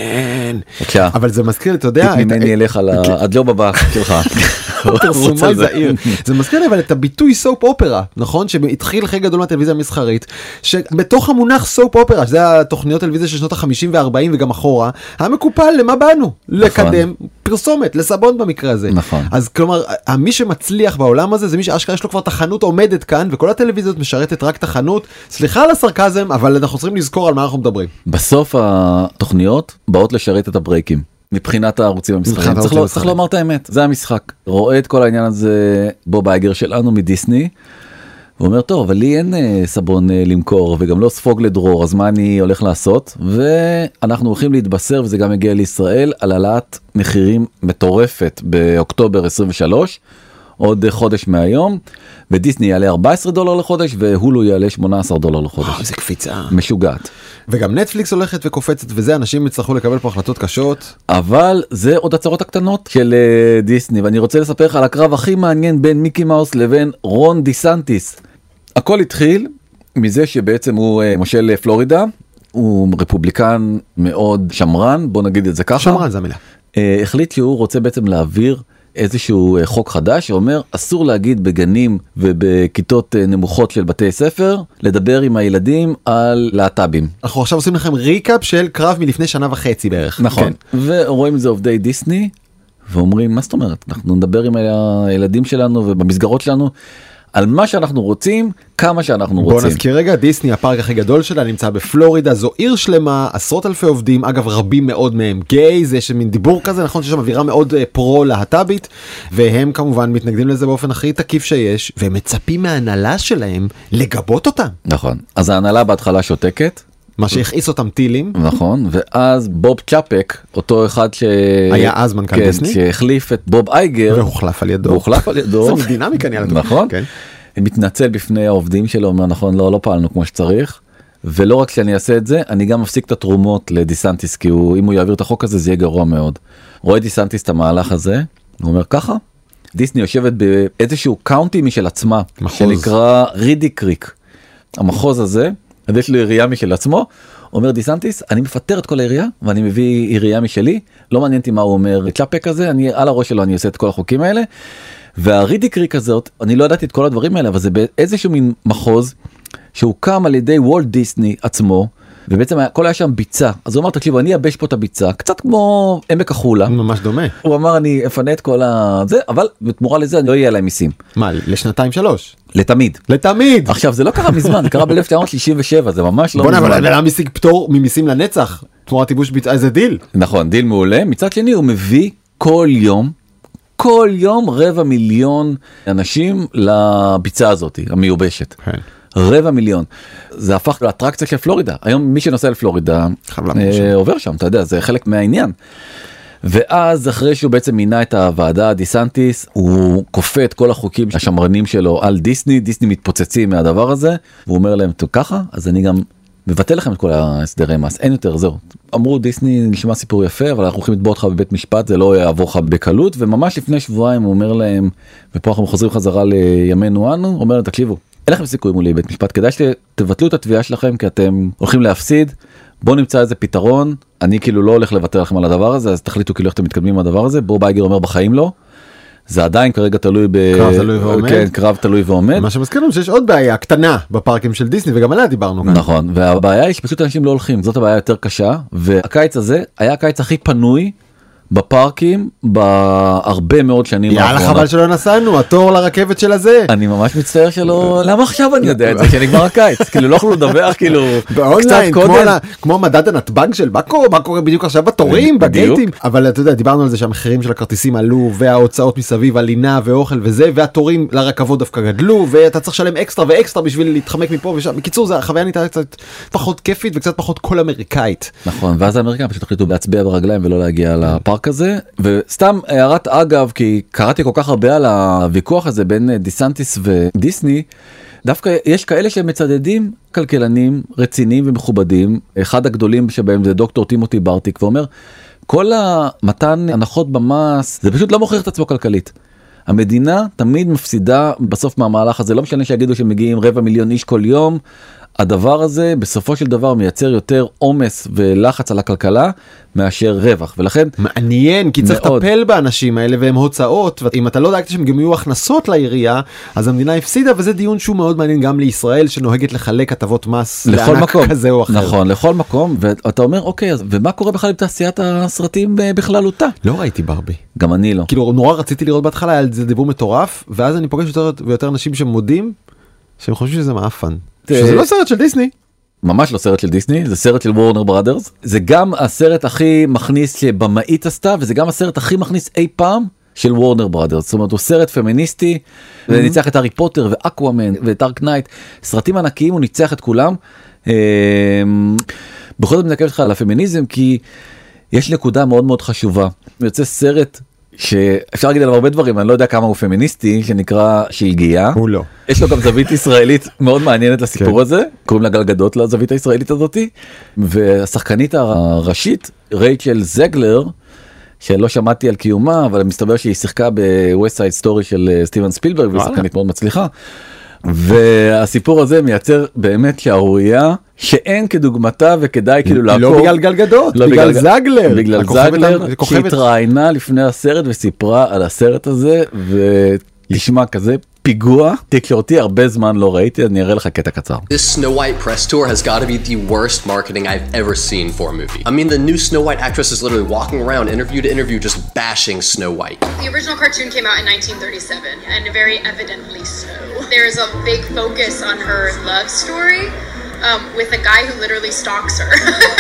אבל זה מזכיר, אתה יודע... ממני אליך לג'וב הבא שלך. פרסומי זעיר. זה מזכיר לי אבל את הביטוי סופ אופרה, נכון? שהתחיל חלק גדול מהטלוויזיה המסחרית, שבתוך המונח סופ אופרה, שזה התוכניות טלוויזיה של שנות ה-50 וה-40 וגם אחורה, היה מקופל למה באנו? לקדם פרסומת, לסבון במקרה הזה. נכון. אז כלומר, מי שמצליח בעולם הזה, זה מי שאשכרה יש לו כבר תחנות עומדת כאן, וכל הטלוויזיות משרתת רק תחנות. סליחה על הסרקזם, אבל אנחנו צריכים לזכור על מה אנחנו מדברים. בסוף התוכניות באות לשרת את הברייקים. מבחינת הערוצים המסחריים. צריך לומר את האמת, זה המשחק. רואה את כל העניין הזה בוב אייגר שלנו מדיסני, הוא אומר, טוב, אבל לי אין סבון למכור, וגם לא ספוג לדרור, אז מה אני הולך לעשות? ואנחנו הולכים להתבשר, וזה גם הגיע לישראל, על העלאת מחירים מטורפת באוקטובר 23, עוד חודש מהיום, ודיסני יעלה $14 לחודש, והולו יעלה $18 לחודש. זה קפיצה. משוגעת. וגם נטפליקס הולכת וקופצת, וזה אנשים יצטרכו לקבל פה החלטות קשות. אבל זה עוד הצהרות הקטנות של דיסני, ואני רוצה לספר לך על הקרב הכי מעניין בין מיקי מאוס לבין רון דיסנטיס. הכל התחיל מזה שבעצם הוא מושל פלורידה, הוא רפובליקן מאוד שמרן, בוא נגיד את זה ככה. שמרן זה המילה. החליט שהוא רוצה בעצם להעביר איזשהו חוק חדש שאומר אסור להגיד בגנים ובכיתות נמוכות של בתי ספר לדבר עם הילדים על להט"בים. אנחנו עכשיו עושים לכם ריקאפ של קרב מלפני 1.5 שנה בערך. נכון. כן. ורואים את זה עובדי דיסני ואומרים מה זאת אומרת, אנחנו נדבר עם הילדים שלנו ובמסגרות שלנו על מה שאנחנו רוצים, כמה שאנחנו רוצים. בוא נזכיר רגע, דיסני, הפארק הכי גדול שלה, נמצא בפלורידה, זו עיר שלמה, עשרות אלפי עובדים, אגב רבים מאוד מהם גיי, זה שמין דיבור כזה, נכון שיש שם אווירה מאוד פרו-להט"בית, והם כמובן מתנגדים לזה באופן הכי תקיף שיש, והם מצפים מההנהלה שלהם לגבות אותם. נכון, אז ההנהלה בהתחלה שותקת, מה שהכעיס אותם טילים. נכון, ואז בוב צ'אפק, אותו אחד היה אז מנכ"ל דיסני, שהחליף את בוב אייגר, והוחלף על ידו. זה מדינמיקה נהיה לדבר. נכון, מתנצל בפני העובדים שלו, אומר נכון, לא פעלנו כמו שצריך, ולא רק שאני אעשה את זה, אני גם מפסיק את התרומות לדיסנטיס, כי אם הוא יעביר את החוק הזה, זה יהיה גרוע מאוד. רואה דיסנטיס את המהלך הזה, הוא אומר ככה, דיסני יושבת באיזשהו קאונטי משל עצמה, שנקרא רידי קריק. המחוז הזה, אז יש לו עירייה משל עצמו, אומר דיסנטיס, אני מפטר את כל העירייה, ואני מביא עירייה משלי, לא מעניין אותי מה הוא אומר, צ'אפק הזה, על הראש שלו אני עושה את כל החוקים האלה, והרידי קריק הזאת, אני לא ידעתי את כל הדברים האלה, אבל זה באיזשהו מין מחוז, שהוקם על ידי וולט דיסני עצמו, ובעצם הכל היה שם ביצה, אז הוא אמר, תקשיבו, אני אבש פה את הביצה, קצת כמו עמק החולה. ממש דומה. הוא אמר, אני אפנה את כל זה, אבל בתמורה לזה אני לא יהיה להם מיסים. מה, לשנתיים-שלוש? לתמיד. לתמיד! עכשיו, זה לא קרה מזמן, זה קרה ב-1967, זה ממש לא מזמן. בוא נעבור, למה משיג פטור ממיסים לנצח? תמורת ייבוש ביצה, איזה דיל? נכון, דיל מעולה. מצד שני, הוא מביא כל יום 250,000 אנשים לביצה הזאת, המיובשת. 250,000. זה הפך לאטרקציה של פלורידה. היום מי שנוסע לפלורידה עובר שם, אתה יודע, זה חלק מהעניין. ואז אחרי שהוא בעצם מינה את הוועדה דיסנטיס, הוא כופה את כל החוקים השמרנים שלו על דיסני, דיסני מתפוצצים מהדבר הזה, והוא אומר להם, טוב ככה, אז אני גם מבטל לכם את כל ההסדרי מס, אין יותר, זהו. אמרו דיסני נשמע סיפור יפה, אבל אנחנו הולכים לתבוע אותך בבית משפט, זה לא יעבור לך בקלות, וממש לפני שבועיים הוא אומר להם, ופה אנחנו חוזרים חזרה לימינו אנו, הוא אומר להם, תקשיבו, אין לכם סיכוי מולי בית משפט, כדאי שתבטלו את התביעה שלכם, כי אתם הולכים להפסיד, בוא נמצא איזה פתרון, אני כאילו לא הולך לוותר לכם על הדבר הזה, אז תחליטו כאילו איך אתם מתקדמים עם הדבר הזה, בוב אייגר אומר בחיים לא, זה עדיין כרגע תלוי קרב תלוי ועומד. מה שמזכיר לנו שיש עוד בעיה קטנה בפארקים של דיסני, וגם עליה דיברנו כאן. נכון, והבעיה היא שפשוט אנשים לא הולכים, זאת הבעיה יותר קשה, והקיץ הזה היה הקיץ הכי פנוי, בפארקים בהרבה מאוד שנים. יאללה חבל שלא נסענו, התור לרכבת של הזה. אני ממש מצטער שלא, למה עכשיו אני יודע את זה, שנגמר הקיץ, כאילו לא יכולו לדבר כאילו באונליין, כמו מדד הנתב"ג של מה קורה בדיוק עכשיו בתורים, בגייטים, אבל אתה יודע, דיברנו על זה שהמחירים של הכרטיסים עלו, וההוצאות מסביב, הלינה ואוכל וזה, והתורים לרכבות דווקא גדלו, ואתה צריך לשלם אקסטרה ואקסטרה בשביל להתחמק מפה ושם. בקיצור, זה החוויה נהייתה קצת פחות כיפית וקצת פחות כל אמריקאית. נכון, ואז האמריקאים פשוט החליטו להצביע ברגליים ולא להגיע לפארק הזה, וסתם הערת אגב, כי קראתי כל כך הרבה על הוויכוח הזה בין דיסנטיס ודיסני, דווקא יש כאלה שמצדדים, כלכלנים רציניים ומכובדים, אחד הגדולים שבהם זה דוקטור טימותי ברטיק, ואומר, כל המתן הנחות במס, זה פשוט לא מוכר את עצמו כלכלית. המדינה תמיד מפסידה בסוף מהמהלך הזה, לא משנה שיגידו שמגיעים 250,000 איש כל יום, הדבר הזה בסופו של דבר מייצר יותר עומס ולחץ על הכלכלה מאשר רווח, ולכן מעניין, כי צריך לטפל באנשים האלה והם הוצאות, ואם אתה לא דאגת שהם גם יהיו הכנסות לעירייה, אז המדינה הפסידה, וזה דיון שהוא מאוד מעניין גם לישראל, שנוהגת לחלק הטבות מס לענק כזה או אחר. נכון, לכל מקום, ואתה אומר, אוקיי, אז ומה קורה בכלל עם תעשיית הסרטים בכללותה? לא ראיתי ברבי. גם אני לא. כאילו נורא רציתי לראות בהתחלה, היה זה דיבור מטורף, ואז אני פוגש יותר ויותר אנשים שמודים, שהם חושבים שזה מאפן. שזה לא סרט של דיסני. ממש לא סרט של דיסני, זה סרט של וורנר בראדרס. זה גם הסרט הכי מכניס שבמאית עשתה, וזה גם הסרט הכי מכניס אי פעם של וורנר בראדרס. זאת אומרת, הוא סרט פמיניסטי, וניצח את הארי פוטר ואקוואמן ודארק נייט, סרטים ענקיים, הוא ניצח את כולם. בכל זאת מנקב לך על הפמיניזם, כי יש נקודה מאוד מאוד חשובה. הוא יוצא סרט שאפשר להגיד עליו הרבה דברים, אני לא יודע כמה הוא פמיניסטי, שנקרא שלגיה. הוא לא. יש לו גם זווית ישראלית מאוד מעניינת לסיפור הזה, קוראים לה גלגדות לזווית הישראלית הזאתי, והשחקנית הראשית, רייצ'ל זגלר, שלא שמעתי על קיומה, אבל מסתבר שהיא שיחקה ב-West Side Story של סטיבן ספילברג, ושחקנית מאוד מצליחה. והסיפור הזה מייצר באמת שערורייה שאין כדוגמתה, וכדאי כאילו לעקוב. לא בגלל גלגדות, בגלל זגלר. בגלל זגלר, שהתראיינה לפני הסרט וסיפרה על הסרט הזה, ותשמע כזה פיגוע תקשורתי, הרבה זמן לא ראיתי, אני אראה לך קטע קצר. This Snow White press tour has got to be the worst marketing I've ever seen for a movie. I mean, the new Snow White actress is literally walking around interview to interview just bashing Snow White. The original cartoon came out in 1937, and very evidently so. There's a big focus on her love story with a guy who literally stalks her.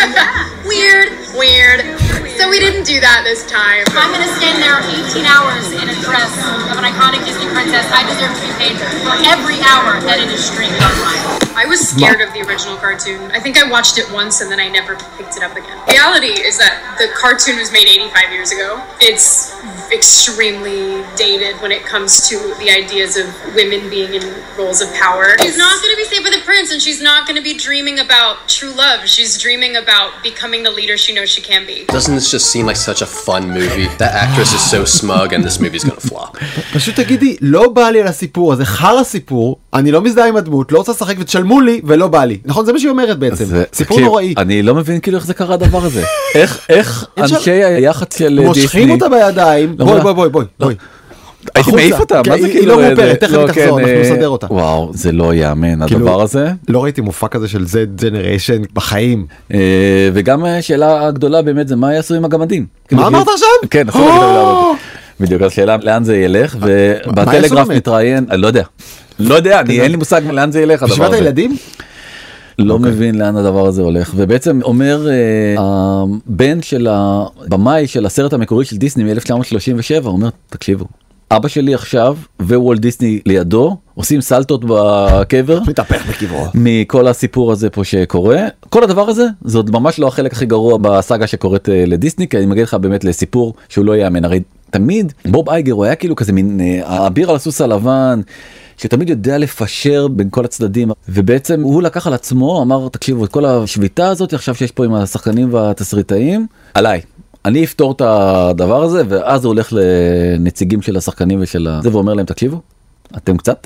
Weird. So we didn't do that this time. If I'm going to stand there 18 hours in a dress of an iconic Disney princess, I deserve to be paid for every hour that it is streamed online. I was scared of the original cartoon. I think I watched it once and then I never picked it up again. Reality is that the cartoon was made 85 years ago. It's extremely dated when it comes to the ideas of women being in roles of power. She's not going to be saved by the prince, and she's not going to be dreaming about true love. She's dreaming about becoming the leader she knows she can be. Doesn't this just seem like such a fun movie? That actress is so smug and this movie's gonna flop. פשוט תגידי, לא בא לי על הסיפור הזה, חר הסיפור, אני לא מזדהה עם הדמות, לא רוצה לשחק ותשלמו לי ולא בא לי. נכון, זה מה שהיא אומרת בעצם. סיפור נוראי. אני לא מבין כאילו איך זה קרה הדבר הזה. איך אנשי היח"צ של דיסני מושכים אותה בידיים, בואי. הייתי מעיף אותה, מה זה כאילו? היא לא מופרת, תכף היא תחזור, אנחנו נסדר אותה. וואו, זה לא יאמן הדבר הזה. לא ראיתי מופע כזה של Z Generation בחיים. וגם השאלה הגדולה באמת זה מה יעשו עם הגמדים. מה אמרת עכשיו? כן, בדיוק, השאלה לאן זה ילך, ובטלגרף מתראיין, לא יודע, אין לי מושג לאן זה ילך הדבר הזה. בשביבת הילדים? לא מבין לאן הדבר הזה הולך, ובעצם אומר הבן של הבמאי של הסרט המקורי של דיסני מ-1937, אומר, תקשיבו, אבא שלי עכשיו ווולט דיסני לידו עושים סלטות בקבר, מתהפך בקברו מכל הסיפור הזה פה שקורה. כל הדבר הזה זה עוד ממש לא החלק הכי גרוע בסאגה שקורית לדיסני, כי אני מגיע לך באמת לסיפור שהוא לא יאמן. הרי תמיד בוב אייגר הוא היה כאילו כזה מין אביר על הסוס הלבן שתמיד יודע לפשר בין כל הצדדים, ובעצם הוא לקח על עצמו, אמר תקשיבו את כל השביתה הזאת עכשיו שיש פה עם השחקנים והתסריטאים עליי, אני אפתור את הדבר הזה, ואז הוא הולך לנציגים של השחקנים ושל זה, ואומר להם, תקשיבו, אתם קצת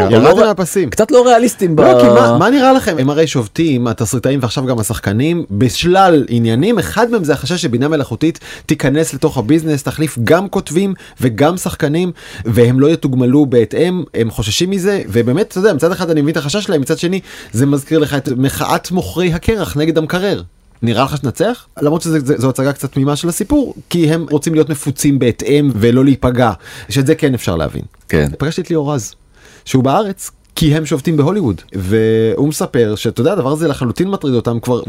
קצת לא ריאליסטים. מה נראה לכם? הם הרי שובתים, התסריטאים ועכשיו גם השחקנים, בשלל עניינים, אחד מהם זה החשש שבינה מלאכותית תיכנס לתוך הביזנס, תחליף גם כותבים וגם שחקנים, והם לא יתוגמלו בהתאם, הם חוששים מזה, ובאמת, אתה יודע, מצד אחד אני מבין את החשש שלהם, מצד שני, זה מזכיר לך את מחאת מוכרי הקרח נגד המקרר. נראה לך שנצח? למרות שזו הצגה קצת תמימה של הסיפור, כי הם רוצים להיות מפוצים בהתאם ולא להיפגע, שאת זה כן אפשר להבין. כן. פגשתי את ליאור רז, שהוא בארץ, כי הם שובתים בהוליווד, והוא מספר שאתה יודע, הדבר הזה לחלוטין מטריד אותם, כבר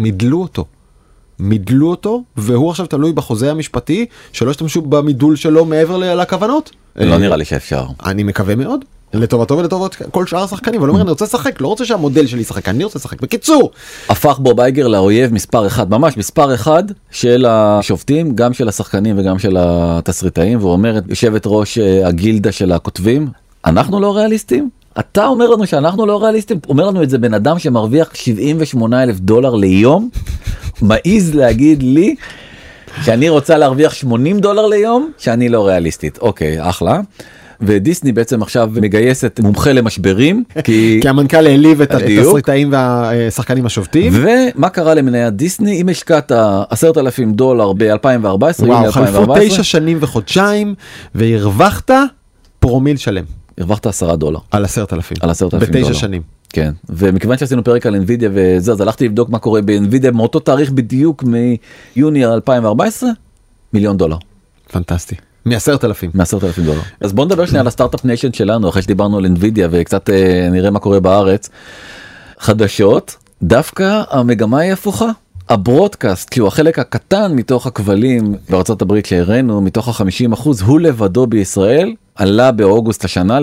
מידלו אותו, והוא עכשיו תלוי בחוזה המשפטי, שלא השתמשו במידול שלו מעבר לכוונות. לא נראה לי שאפשר. אני מקווה מאוד. לטובתו ולטובת כל שאר השחקנים, אבל הוא אומר, אני רוצה לשחק, לא רוצה שהמודל שלי ישחק, אני רוצה לשחק. בקיצור, הפך בוב אייגר לאויב מספר אחד, ממש מספר אחד של השופטים, גם של השחקנים וגם של התסריטאים, והוא אומר, יושבת ראש הגילדה של הכותבים, אנחנו לא ריאליסטים? אתה אומר לנו שאנחנו לא ריאליסטים? אומר לנו את זה בן אדם שמרוויח $78,000 ליום, מעיז להגיד לי שאני רוצה להרוויח $80 ליום, שאני לא ריאליסטית. אוקיי, אחלה. ודיסני בעצם עכשיו מגייסת מומחה למשברים, כי המנכ"ל העליב את התסריטאים והשחקנים השובתים. ומה קרה למניית דיסני? אם השקעת $10,000 ב-2014, וואו, חלפו 9 שנים וחודשיים, והרווחת פרומיל שלם. הרווחת $10. על 10,000. על 10,000 דולר. ב9 שנים. כן, ומכיוון שעשינו פרק על NVIDIA וזה, אז הלכתי לבדוק מה קורה ב-NVIDIA מאותו תאריך בדיוק מיוני 2014, $1,000,000. פנטסטי. $10,000. $10,000. אז בוא נדבר שנייה על הסטארט-אפ ניישן שלנו, אחרי שדיברנו על NVIDIA וקצת נראה מה קורה בארץ. חדשות, דווקא המגמה היא הפוכה. הברודקאסט, כי הוא החלק הקטן מתוך הכבלים בארצות הברית שהראינו, מתוך ה-50%, הוא לבדו בישראל, עלה באוגוסט השנה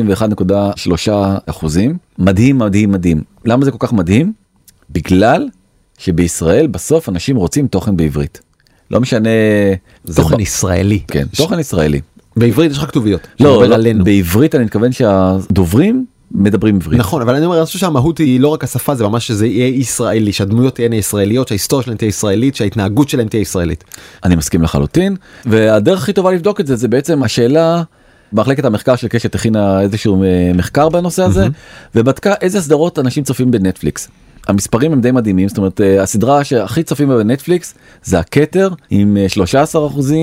ל-51.3%. מדהים, מדהים, מדהים. למה זה כל כך מדהים? בגלל שבישראל בסוף אנשים רוצים תוכן בעברית. לא משנה... תוכן ישראלי. כן, תוכן ישראלי. בעברית יש לך כתוביות. לא, בעברית אני מתכוון שהדוברים מדברים עברית. נכון, אבל אני אומר, אני חושב שהמהות היא לא רק השפה, זה ממש שזה יהיה ישראלי, שהדמויות תהיינה ישראליות, שההיסטוריה שלהם תהיה ישראלית, שההתנהגות שלהם תהיה ישראלית. אני מסכים לחלוטין, והדרך הכי טובה לבדוק את זה, זה בעצם השאלה, מחלקת המחקר של קשת הכינה איזשהו מחקר בנושא הזה, ובדקה איזה סדרות אנשים צופים בנטפליקס. המספרים הם די מדהימים, זאת אומרת, הסדרה שהכי צופים בה בנטפליקס זה הכתר עם 13%,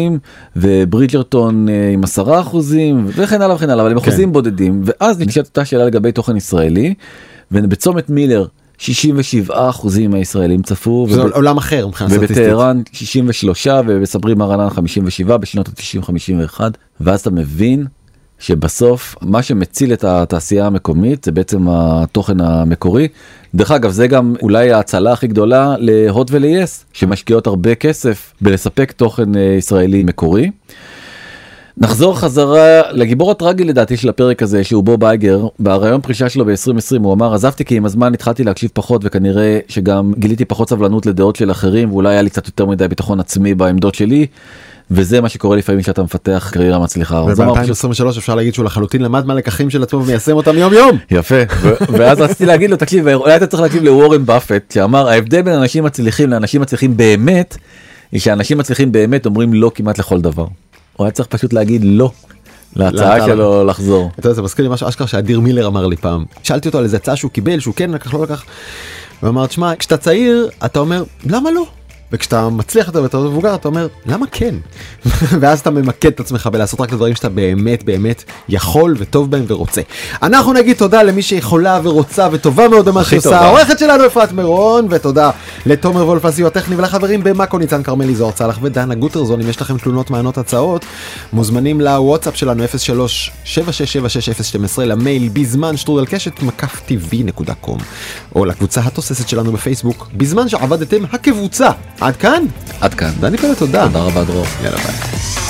וברידג'רטון עם 10%, וכן הלאה וכן הלאה, אבל הם אחוזים בודדים, ואז נשאלת אותה שאלה לגבי תוכן ישראלי, ובצומת מילר 67% מהישראלים צפו, זה עולם אחר, ובטהרן 63, ובסברי מרנן 57, בשנות ה-90-51, ואז אתה מבין שבסוף מה שמציל את התעשייה המקומית זה בעצם התוכן המקורי. דרך אגב, זה גם אולי ההצלה הכי גדולה להוט וליס, שמשקיעות הרבה כסף בלספק תוכן ישראלי מקורי. נחזור חזרה לגיבור הטרגי לדעתי של הפרק הזה, שהוא בוב אייגר. ברעיון פרישה שלו ב-2020 הוא אמר, עזבתי כי עם הזמן התחלתי להקשיב פחות, וכנראה שגם גיליתי פחות סבלנות לדעות של אחרים, ואולי היה לי קצת יותר מדי ביטחון עצמי בעמדות שלי, וזה מה שקורה לפעמים שאתה מפתח קריירה מצליחה. וב-2023 אפשר להגיד שהוא לחלוטין למד מהלקחים של עצמו ומיישם אותם יום יום. יפה, ואז רציתי להגיד לו, תקשיב, אולי אתה צריך להקשיב לוורן באפט, שאמר, ההבדל בין אנשים מצליחים לאנשים מצליחים באמת, היא שאנשים מצליחים באמת אומרים לא כמעט לכל דבר. הוא היה צריך פשוט להגיד לא להצעה שלו לחזור. אתה יודע, זה מזכיר לי משהו אשכרה שאדיר מילר אמר לי פעם. שאלתי אותו על איזה הצעה שהוא קיבל, שהוא כן לקח, לא לקח. ואמר, תשמע, כשאתה צעיר, אתה אומר, למה לא? וכשאתה מצליח יותר ואתה מבוגר, אתה אומר, למה כן? ואז אתה ממקד את עצמך בלעשות רק את הדברים שאתה באמת באמת יכול וטוב בהם ורוצה. אנחנו נגיד תודה למי שיכולה ורוצה וטובה מאוד במה שעושה. העורכת שלנו אפרת מירון, ותודה לתומר וולף הסיוע הטכני, ולחברים במאקו ניצן קרמלי זוהר צלח ודנה גוטרזון. אם יש לכם תלונות, מענות, הצעות, מוזמנים לוואטסאפ שלנו 03-7676-012, למייל בזמן @tv.com, או לקבוצה התוססת שלנו בפייסבוק, בזמן שעבדתם הקבוצה. עד כאן? עד כאן. דני פלד, תודה. תודה רבה דרור. יאללה ביי.